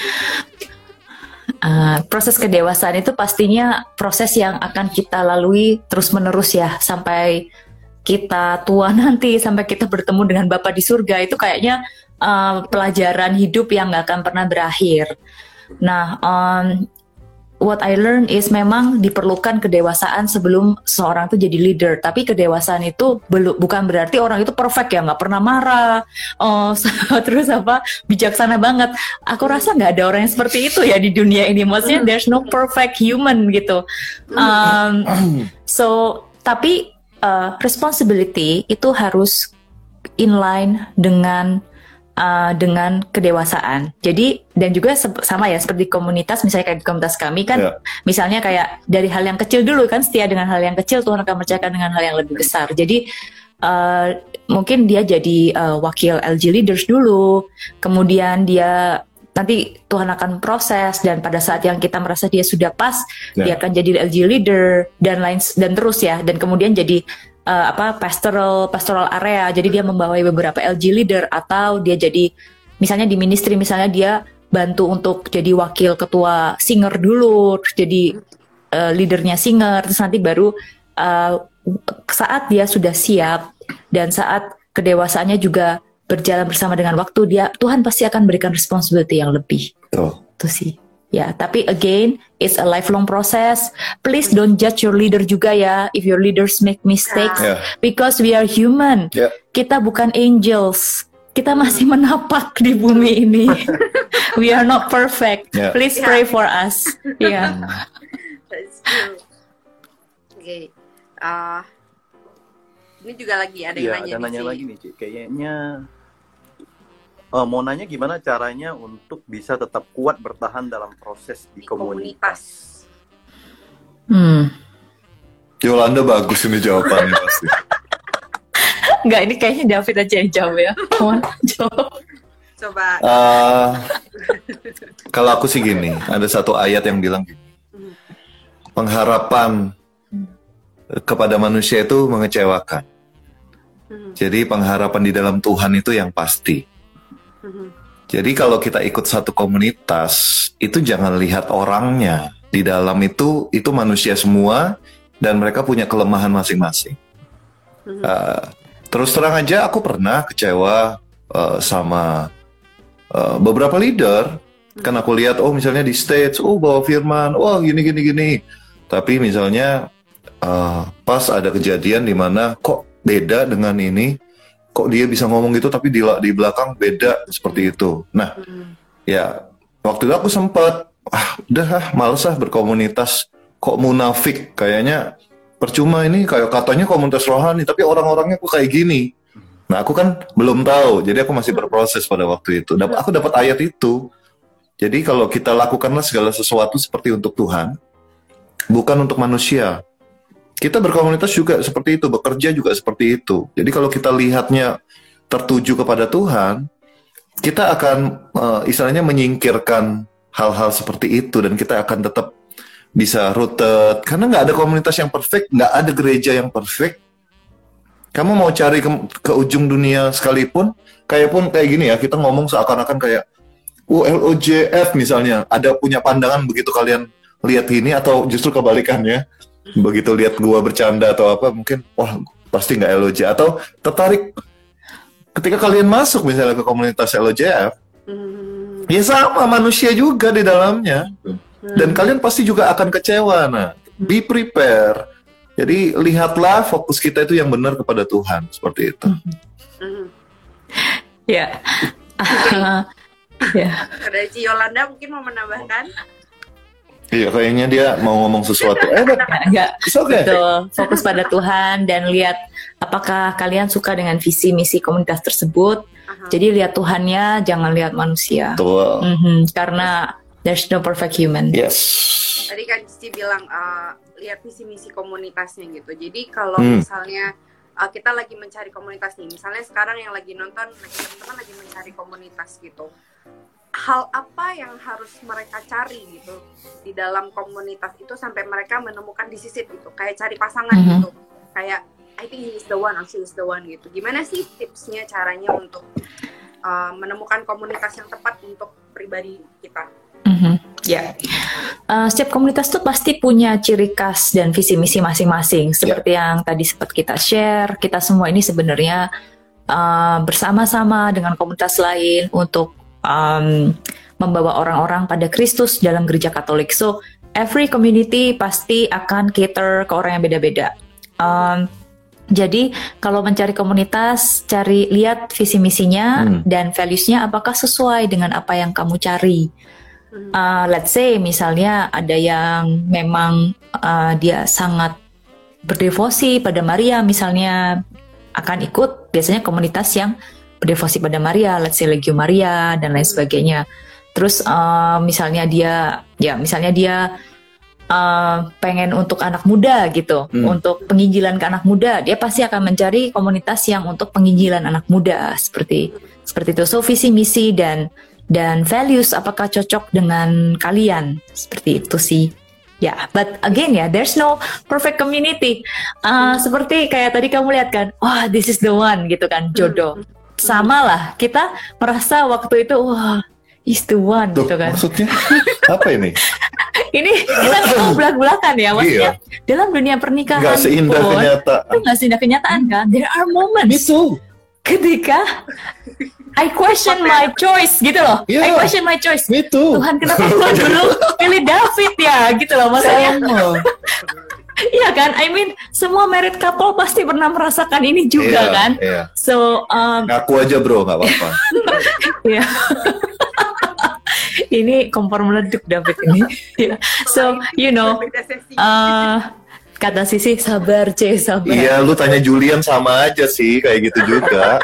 Proses kedewasaan itu pastinya proses yang akan kita lalui terus-menerus ya, sampai kita tua nanti, sampai kita bertemu dengan Bapa di surga. Itu kayaknya pelajaran hidup yang gak akan pernah berakhir. Nah, what I learned is memang diperlukan kedewasaan sebelum seorang itu jadi leader. Tapi kedewasaan itu bukan berarti orang itu perfect ya, nggak pernah marah, terus bijaksana banget. Aku rasa nggak ada orang yang seperti itu ya di dunia ini. Maksudnya there's no perfect human gitu. Tapi responsibility itu harus inline dengan kedewasaan. Jadi, dan juga sama ya seperti komunitas, misalnya kayak di komunitas kami kan, misalnya kayak dari hal yang kecil dulu kan, setia dengan hal yang kecil, Tuhan akan percayakan dengan hal yang lebih besar. Jadi mungkin dia jadi wakil LG leaders dulu, kemudian dia nanti Tuhan akan proses, dan pada saat yang kita merasa dia sudah pas, dia akan jadi LG leader dan terus ya, dan kemudian jadi pastoral area. Jadi dia membawai beberapa LG leader, atau dia jadi misalnya di ministry, misalnya dia bantu untuk jadi wakil ketua singer dulu, terus jadi leadernya singer, terus nanti baru saat dia sudah siap dan saat kedewasaannya juga berjalan bersama dengan waktu, Tuhan pasti akan berikan responsibility yang lebih. Itu sih. Ya, tapi again, it's a lifelong process. Please don't judge your leader juga ya, if your leaders make mistakes, because we are human. Kita bukan angels. Kita masih menapak di bumi ini. We are not perfect. Please pray for us. That's true. Oke. Ini juga lagi ada yang nanya. Ada nanya lagi nih, Ci. Kayaknya mau nanya gimana caranya untuk bisa tetap kuat bertahan dalam proses di komunitas. Yolanda bagus ini jawabannya pasti. Enggak, ini kayaknya David aja yang jawab ya. Jawab. Coba. Kalau aku sih gini, ada satu ayat yang bilang gini. Pengharapan kepada manusia itu mengecewakan. Jadi pengharapan di dalam Tuhan itu yang pasti. Jadi kalau kita ikut satu komunitas, itu jangan lihat orangnya. Di dalam itu manusia semua, dan mereka punya kelemahan masing-masing. Terus terang aja, aku pernah kecewa sama beberapa leader. Kan aku lihat, misalnya di stage, bawa firman, gini. Tapi misalnya pas ada kejadian di mana kok beda dengan ini, kok dia bisa ngomong gitu tapi di belakang beda seperti itu. Nah, ya waktu itu aku sempat males berkomunitas, kok munafik, kayaknya percuma ini, kayak katanya komunitas rohani tapi orang-orangnya kok kayak gini. Nah, aku kan belum tahu, jadi aku masih berproses pada waktu itu. Aku dapat ayat itu. Jadi kalau kita lakukanlah segala sesuatu seperti untuk Tuhan, bukan untuk manusia. Kita berkomunitas juga seperti itu, bekerja juga seperti itu. Jadi kalau kita lihatnya tertuju kepada Tuhan, kita akan istilahnya menyingkirkan hal-hal seperti itu, dan kita akan tetap bisa rooted. Karena nggak ada komunitas yang perfect, nggak ada gereja yang perfect. Kamu mau cari ke ujung dunia sekalipun, kayak gini ya, kita ngomong seakan-akan kayak LOJF misalnya, ada punya pandangan begitu kalian lihat ini, atau justru kebalikannya, begitu lihat gua bercanda atau apa, mungkin wah pasti nggak LOJ, atau tertarik ketika kalian masuk misalnya ke komunitas LOJF, ya sama manusia juga di dalamnya, dan kalian pasti juga akan kecewa. Nah, be prepare. Jadi lihatlah fokus kita itu yang benar kepada Tuhan, seperti itu. Ya. Ya. Ada Ci Yolanda mungkin mau menambahkan? Iya, kayaknya dia mau ngomong sesuatu. Enggak. It's okay. Betul. Fokus pada Tuhan dan lihat apakah kalian suka dengan visi misi komunitas tersebut. Jadi lihat Tuhannya, jangan lihat manusia. Betul. Karena there's no perfect human. Yes. Tadi kan Cici bilang lihat visi misi komunitasnya gitu. Jadi kalau misalnya kita lagi mencari komunitas nih, misalnya sekarang yang lagi nonton, teman-teman lagi mencari komunitas gitu. Hal apa yang harus mereka cari gitu di dalam komunitas itu sampai mereka menemukan decision gitu, kayak cari pasangan gitu, kayak I think he is the one or she is the one gitu. Gimana sih tipsnya, caranya untuk menemukan komunitas yang tepat untuk pribadi kita? Ya, setiap komunitas tuh pasti punya ciri khas dan visi misi masing-masing. Seperti yang tadi sempat kita share, kita semua ini sebenarnya bersama-sama dengan komunitas lain untuk membawa orang-orang pada Kristus dalam gereja Katolik. So, every community pasti akan cater ke orang yang beda-beda. Jadi, kalau mencari komunitas, lihat visi misinya dan values-nya apakah sesuai dengan apa yang kamu cari. Let's say misalnya ada yang memang dia sangat berdevosi pada Maria, misalnya akan ikut biasanya komunitas yang berdevosi pada Maria, let's say Legio Maria dan lain sebagainya. Terus misalnya dia pengen untuk anak muda gitu, untuk penginjilan ke anak muda, dia pasti akan mencari komunitas yang untuk penginjilan anak muda, seperti itu. So visi misi dan values apakah cocok dengan kalian, seperti itu sih. Ya, but again ya, there's no perfect community. Seperti kayak tadi kamu lihat kan, wah this is the one gitu kan, jodoh. Sama lah, kita merasa waktu itu, wah is the one. Tuh, gitu kan. Maksudnya apa ini? Ini kita ngomong belak-belakan ya, maksudnya dalam dunia pernikahan nggak seindah kenyataan. Itu nggak seindah kenyataan kan. There are moments ketika I question my choice gitu loh. I question my choice. Me too. Tuhan, kenapa gue dulu pilih David ya gitu loh, maksudnya. Iya kan, I mean semua married couple pasti pernah merasakan ini juga kan. So ngaku aja bro, nggak apa-apa. Iya. Ini kompor meleduk David ini. So you know, kata Sisi sabar sabar. Iya, lu tanya Julian sama aja sih kayak gitu juga.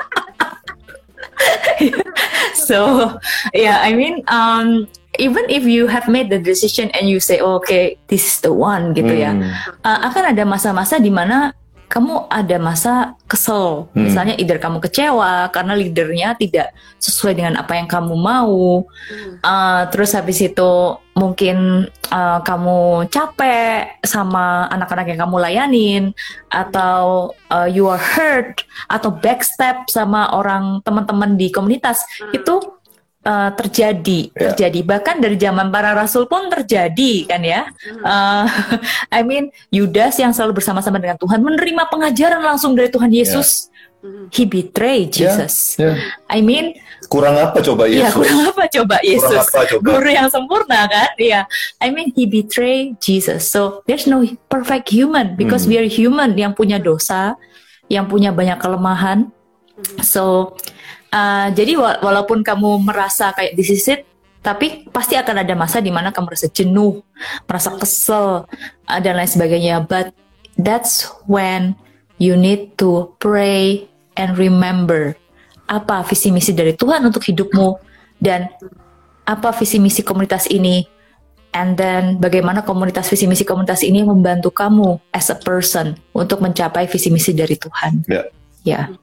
So yeah, I mean even if you have made the decision and you say okay, this is the one gitu ya, akan ada masa-masa di mana kamu ada masa kesel. Misalnya either kamu kecewa karena leadernya tidak sesuai dengan apa yang kamu mau. Terus habis itu mungkin kamu capek sama anak-anak yang kamu layanin, atau you are hurt atau backstab sama orang teman-teman di komunitas. Itu terjadi. Bahkan dari zaman para rasul pun terjadi kan ya. I mean Yudas yang selalu bersama-sama dengan Tuhan menerima pengajaran langsung dari Tuhan Yesus. He betrayed Jesus. I mean kurang apa coba Yesus? Ya, kurang apa coba Yesus? Guru yang sempurna kan? Ya, I mean he betrayed Jesus. So there's no perfect human because we are human yang punya dosa, yang punya banyak kelemahan. So jadi walaupun kamu merasa kayak this is it, tapi pasti akan ada masa di mana kamu merasa jenuh, merasa kesel, dan lain sebagainya. But that's when you need to pray and remember apa visi misi dari Tuhan untuk hidupmu dan apa visi misi komunitas ini, and then bagaimana komunitas visi misi komunitas ini membantu kamu as a person untuk mencapai visi misi dari Tuhan. Ya.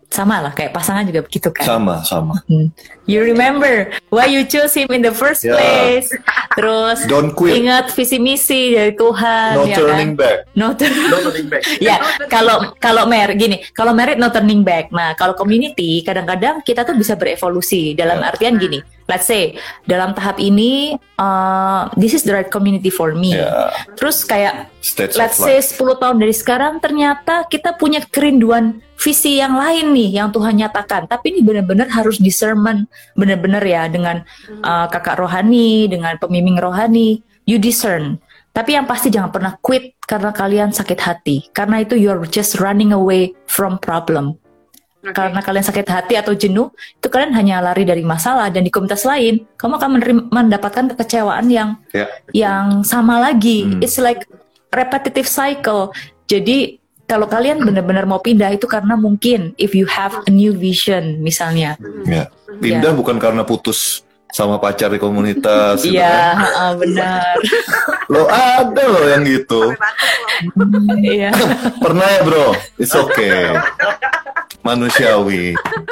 Sama lah, kayak pasangan juga begitu kan. Sama. You remember why you choose him in the first Yeah. place. Terus Don't quit. ingat visi misi dari Tuhan. No ya turning kan? back. No turning. No turning back. Ya, kalau married no turning back. Nah, kalau community kadang-kadang kita tuh bisa berevolusi dalam artian gini. Let's say dalam tahap ini this is the right community for me. Ya. Terus kayak Stage let's of say life. 10 tahun dari sekarang ternyata kita punya kerinduan visi yang lain nih yang Tuhan nyatakan. Tapi ini benar-benar harus discernment, benar-benar ya dengan kakak rohani, dengan pembimbing rohani, you discern. Tapi yang pasti jangan pernah quit karena kalian sakit hati. Karena itu you're just running away from problem. Oke. Karena kalian sakit hati atau jenuh, itu kalian hanya lari dari masalah. Dan di komunitas lain, kamu akan mendapatkan kekecewaan Ya. yang sama lagi. Hmm. It's like repetitive cycle. Jadi kalau kalian benar-benar mau pindah itu karena mungkin if you have a new vision misalnya. Ya. Pindah bukan karena putus sama pacar di komunitas. gitu Iya, kan. benar. Lo ada loh yang gitu. Sampai batuk loh. Iya. Pernah ya bro? It's okay. Manusiawi.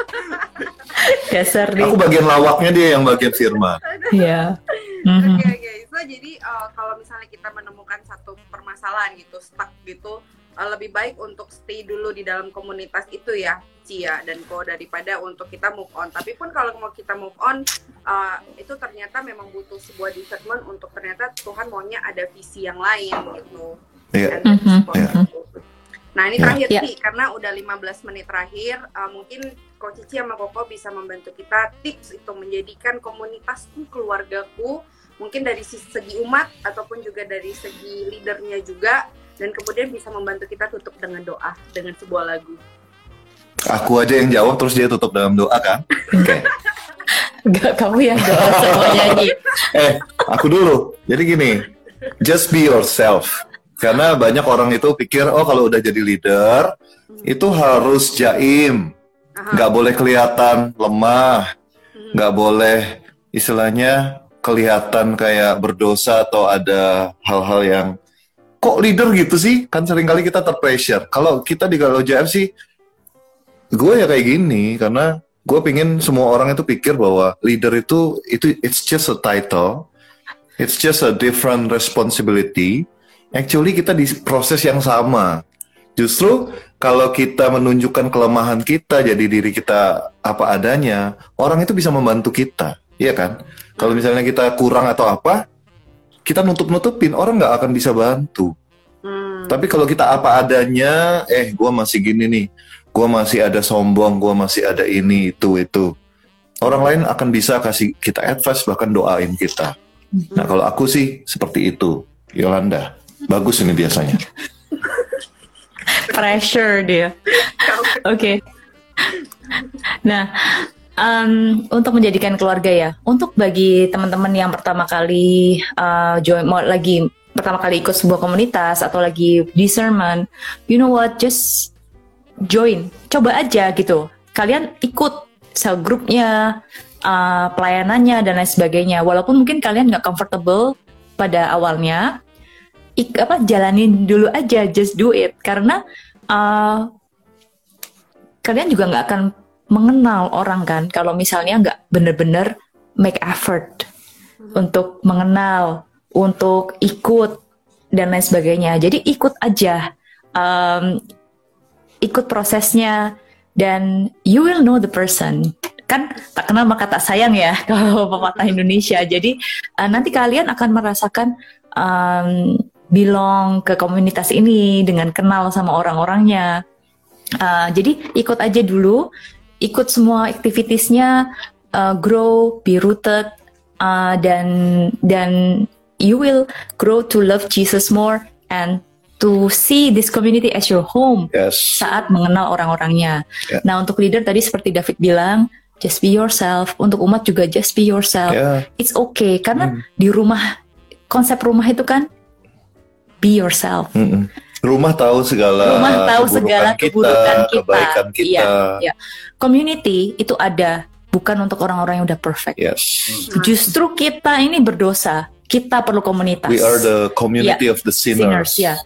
Dasar Aku nih. bagian lawaknya, dia yang bagian firman. Iya. Mhm. Oke. So jadi kalau misalnya kita menemukan satu permasalahan gitu, stuck gitu, lebih baik untuk stay dulu di dalam komunitas itu ya, Cia dan Ko, daripada untuk kita move on. Tapi pun kalau mau kita move on, itu ternyata memang butuh sebuah discernment untuk ternyata Tuhan maunya ada visi yang lain gitu. Iya. And that's Mhm. possible. Nah ini terakhir Ya. sih, karena udah 15 menit terakhir, mungkin Ko Cici sama Koko bisa membantu kita tips itu menjadikan komunitasku, keluargaku, mungkin dari segi umat ataupun juga dari segi leadernya juga, dan kemudian bisa membantu kita tutup dengan doa, dengan sebuah lagu. Aku aja yang jawab terus dia tutup dalam doa kan? Oke. Enggak, kamu yang jawab semua nyanyi. Aku dulu. Jadi gini, just be yourself. Karena banyak orang itu pikir, oh kalau udah jadi leader, itu harus jaim. Nggak boleh kelihatan lemah. Nggak boleh istilahnya kelihatan kayak berdosa atau ada hal-hal yang kok leader gitu sih? Kan seringkali kita terpressure. Kalau kita di Galau JF sih, gue ya kayak gini karena gue pingin semua orang itu pikir bahwa leader itu it's just a title, it's just a different responsibility. Actually kita di proses yang sama. Justru kalau kita menunjukkan kelemahan kita, jadi diri kita apa adanya, orang itu bisa membantu kita, iya kan? Kalau misalnya kita kurang atau apa, kita nutup-nutupin, orang nggak akan bisa bantu. Tapi kalau kita apa adanya, gue masih gini nih, gue masih ada sombong, gue masih ada ini, itu. Orang lain akan bisa kasih kita advice, bahkan doain kita. Nah kalau aku sih seperti itu, Yolanda. Bagus ini biasanya. Pressure dia. Oke. Nah, untuk menjadikan keluarga ya, untuk bagi teman-teman yang pertama kali pertama kali ikut sebuah komunitas atau lagi discernment, you know what, just join, coba aja gitu. Kalian ikut cell groupnya, pelayanannya dan lain sebagainya. Walaupun mungkin kalian nggak comfortable pada awalnya, jalanin dulu aja, just do it. Karena kalian juga nggak akan mengenal orang kan kalau misalnya nggak bener-bener make effort untuk mengenal, untuk ikut dan lain sebagainya. Jadi ikut aja, ikut prosesnya dan you will know the person. Kan tak kenal maka tak sayang ya kalau pepatah Indonesia. Jadi nanti kalian akan merasakan belong ke komunitas ini dengan kenal sama orang-orangnya. Jadi ikut aja dulu, ikut semua activitiesnya, grow, be rooted, dan you will grow to love Jesus more and to see this community as your home. Yes. Saat mengenal orang-orangnya. Yeah. Nah untuk leader tadi seperti David bilang, just be yourself. Untuk umat juga just be yourself. Yeah. It's okay karena di rumah, konsep rumah itu kan be yourself. Rumah tahu segala keburukan kita, kebaikan kita. Iya. Community itu ada bukan untuk orang-orang yang udah perfect. Yes. Justru kita ini berdosa. kita perlu komunitas. We are the community of the sinners. Ya.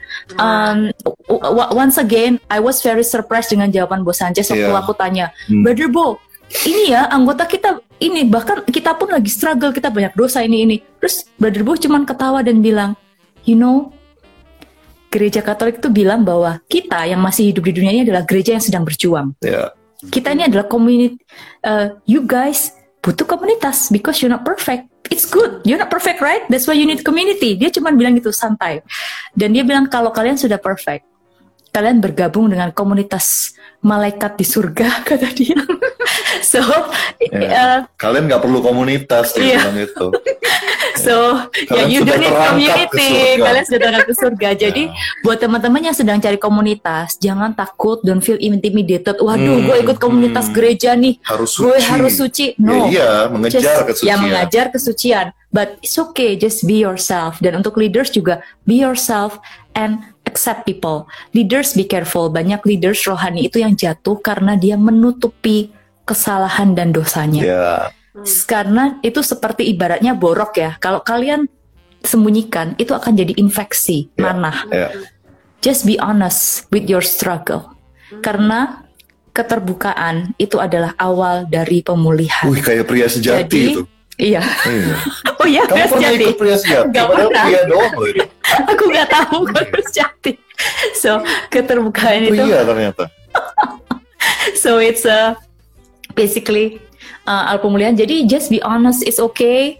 Once again, I was very surprised dengan jawaban Bo Sanchez waktu aku tanya, Brother Bo, ini ya anggota kita ini, bahkan kita pun lagi struggle, kita banyak dosa ini. Terus Brother Bo cuman ketawa dan bilang, you know, gereja Katolik itu bilang bahwa kita yang masih hidup di dunia ini adalah gereja yang sedang berjuang. Kita ini adalah community. You guys butuh komunitas because you're not perfect. It's good, you're not perfect, right? That's why you need community. Dia cuma bilang gitu santai. Dan dia bilang kalau kalian sudah perfect, kalian bergabung dengan komunitas malaikat di surga, kata dia. So, kalian nggak perlu komunitas, dia bilang itu. So, you don't need community. Kalian sudah terangkat ke surga. Jadi, buat teman-teman yang sedang cari komunitas, jangan takut, don't feel intimidated. Waduh, gue ikut komunitas gereja nih. Gue harus suci. No. Mengejar kesucian. Mengejar kesucian. But it's okay, just be yourself. Dan untuk leaders juga, be yourself and accept people. Leaders, be careful. Banyak leaders rohani itu yang jatuh karena dia menutupi kesalahan dan dosanya. Karena itu seperti ibaratnya borok ya. Kalau kalian sembunyikan, itu akan jadi infeksi, nanah. Just be honest with your struggle. Karena keterbukaan itu adalah awal dari pemulihan. Kayak pria sejati itu. Iya. Oh iya, kamu pernah ikut pria sejati? Gak pernah. Pria doang loh ini. Aku gak tahu pria sejati. So, keterbukaan itu. Iya ternyata. So, it's basically pemulihan. Jadi just be honest, it's okay.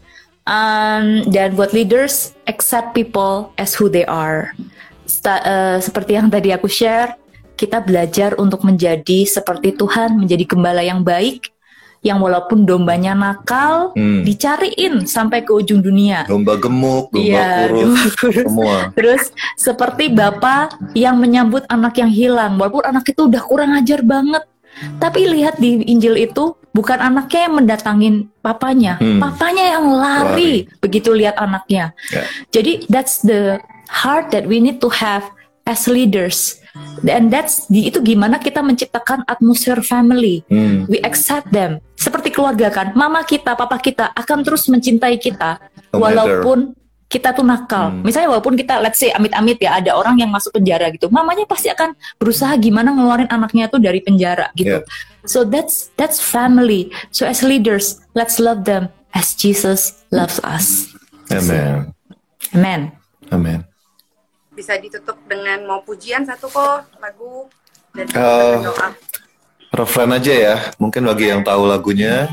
Dan buat leaders, accept people as who they are. Seperti yang tadi aku share, kita belajar untuk menjadi seperti Tuhan, menjadi gembala yang baik, yang walaupun dombanya nakal, dicariin sampai ke ujung dunia. Domba gemuk, domba kurus, semua. Terus seperti Bapa yang menyambut anak yang hilang, walaupun anak itu udah kurang ajar banget. Tapi lihat di Injil itu, bukan anaknya yang mendatangin papanya, papanya yang lari begitu lihat anaknya. Jadi that's the heart that we need to have as leaders. Dan itu gimana kita menciptakan atmosfer family. We accept them. Seperti keluarga kan, mama kita, papa kita akan terus mencintai kita walaupun kita tuh nakal. Misalnya walaupun kita, let's say amit-amit ya, ada orang yang masuk penjara gitu, mamanya pasti akan berusaha gimana ngeluarin anaknya tuh dari penjara gitu. So that's family. So as leaders, let's love them as Jesus loves us. Amen. Amen. Amen. Bisa ditutup dengan mau pujian satu kok, lagu dan doa. Refren aja ya, mungkin bagi yang tahu lagunya.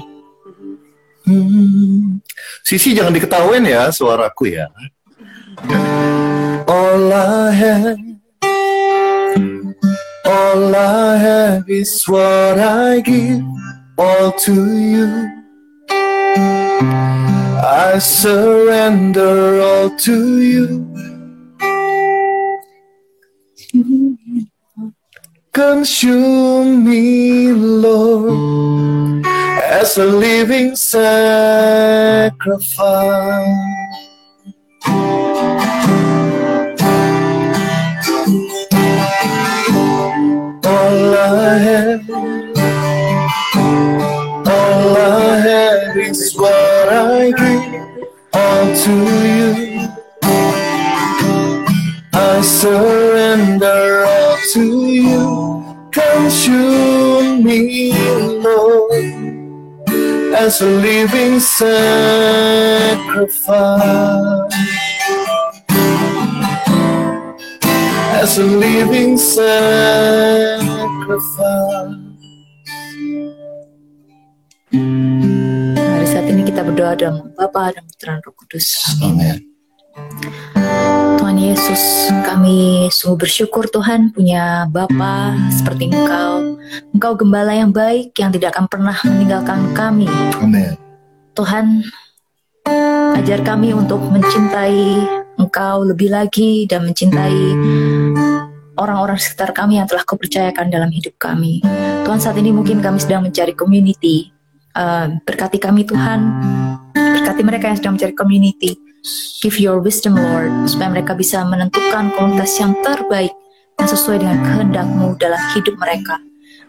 Sisi jangan diketawain ya suaraku ya. All I have is what I give all to you. I surrender all to you. Consume me, Lord, as a living sacrifice. All I have is what I give all to you. I surrender all to you. Consume me, Lord, as a living sacrifice. As a living sacrifice. Mari saat ini kita berdoa dalam Bapa dan Putra dan Roh Kudus. Amin. Tuhan Yesus, kami sungguh bersyukur Tuhan punya Bapa seperti Engkau. Engkau gembala yang baik yang tidak akan pernah meninggalkan kami. Amin. Tuhan, ajar kami untuk mencintai Engkau lebih lagi dan mencintai orang-orang sekitar kami yang telah Kau percayakan dalam hidup kami. Tuhan, saat ini mungkin kami sedang mencari community. Berkati kami Tuhan, berkati mereka yang sedang mencari community. Give your wisdom Lord, supaya mereka bisa menentukan komunitas yang terbaik yang sesuai dengan kehendak-Mu dalam hidup mereka.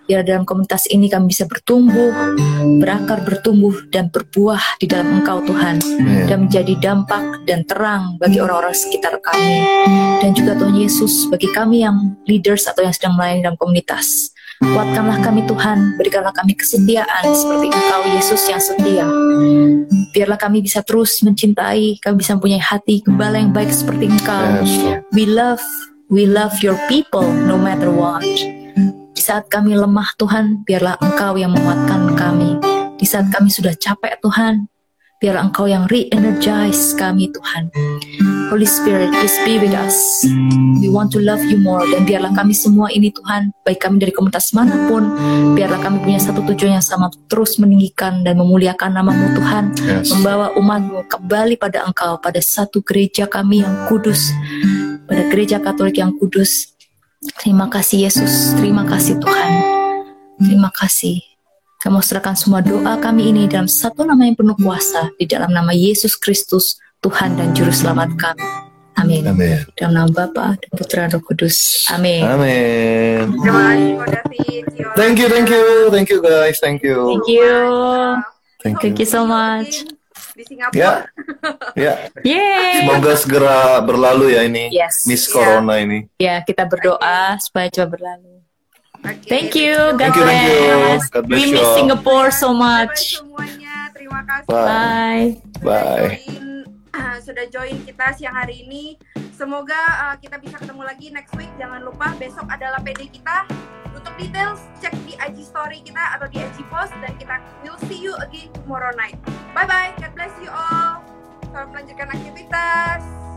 Biar dalam komunitas ini kami bisa bertumbuh, berakar, bertumbuh, dan berbuah di dalam Engkau Tuhan. Dan menjadi dampak dan terang bagi orang-orang sekitar kami. Dan juga Tuhan Yesus, bagi kami yang leaders atau yang sedang melayani dalam komunitas. Kuatkanlah kami Tuhan, berikanlah kami kesetiaan seperti Engkau Yesus yang setia. Biarlah kami bisa terus mencintai, kami bisa mempunyai hati gembala yang baik seperti Engkau. We love your people no matter what. Di saat kami lemah Tuhan, biarlah Engkau yang menguatkan kami. Di saat kami sudah capek Tuhan, biarlah Engkau yang re-energize kami Tuhan. Holy Spirit, please be with us. We want to love you more. Dan biarlah kami semua ini Tuhan, baik kami dari komunitas manapun, biarlah kami punya satu tujuan yang sama, terus meninggikan dan memuliakan nama-Mu Tuhan. Membawa umat-Mu kembali pada Engkau, pada satu gereja kami yang kudus, pada gereja Katolik yang kudus. Terima kasih Yesus, terima kasih Tuhan. Terima kasih. Kami serahkan semua doa kami ini dalam satu nama yang penuh kuasa, di dalam nama Yesus Kristus, Tuhan dan Juru Selamat kami. Amin. Amin. Dalam nama Bapa dan Putra dan Roh Kudus. Amin. Amin. Terima kasih Ko David. Thank you guys, thank you. Thank you so much. Di Singapura. Ya. Yeay. Semoga segera berlalu ya ini. Yes. Miss Corona ini. Ya, kita berdoa supaya cepat berlalu. Okay. Thank you. God Thank you. bless. God bless We you miss all. Singapore so Bye much. semuanya. Terima kasih. Bye. Sudah join kita siang hari ini. Semoga kita bisa ketemu lagi next week. Jangan lupa besok adalah PD kita. Untuk details cek di IG story kita atau di IG post, dan kita will see you again tomorrow night. Bye bye. God bless you all. Selamat melanjutkan aktivitas.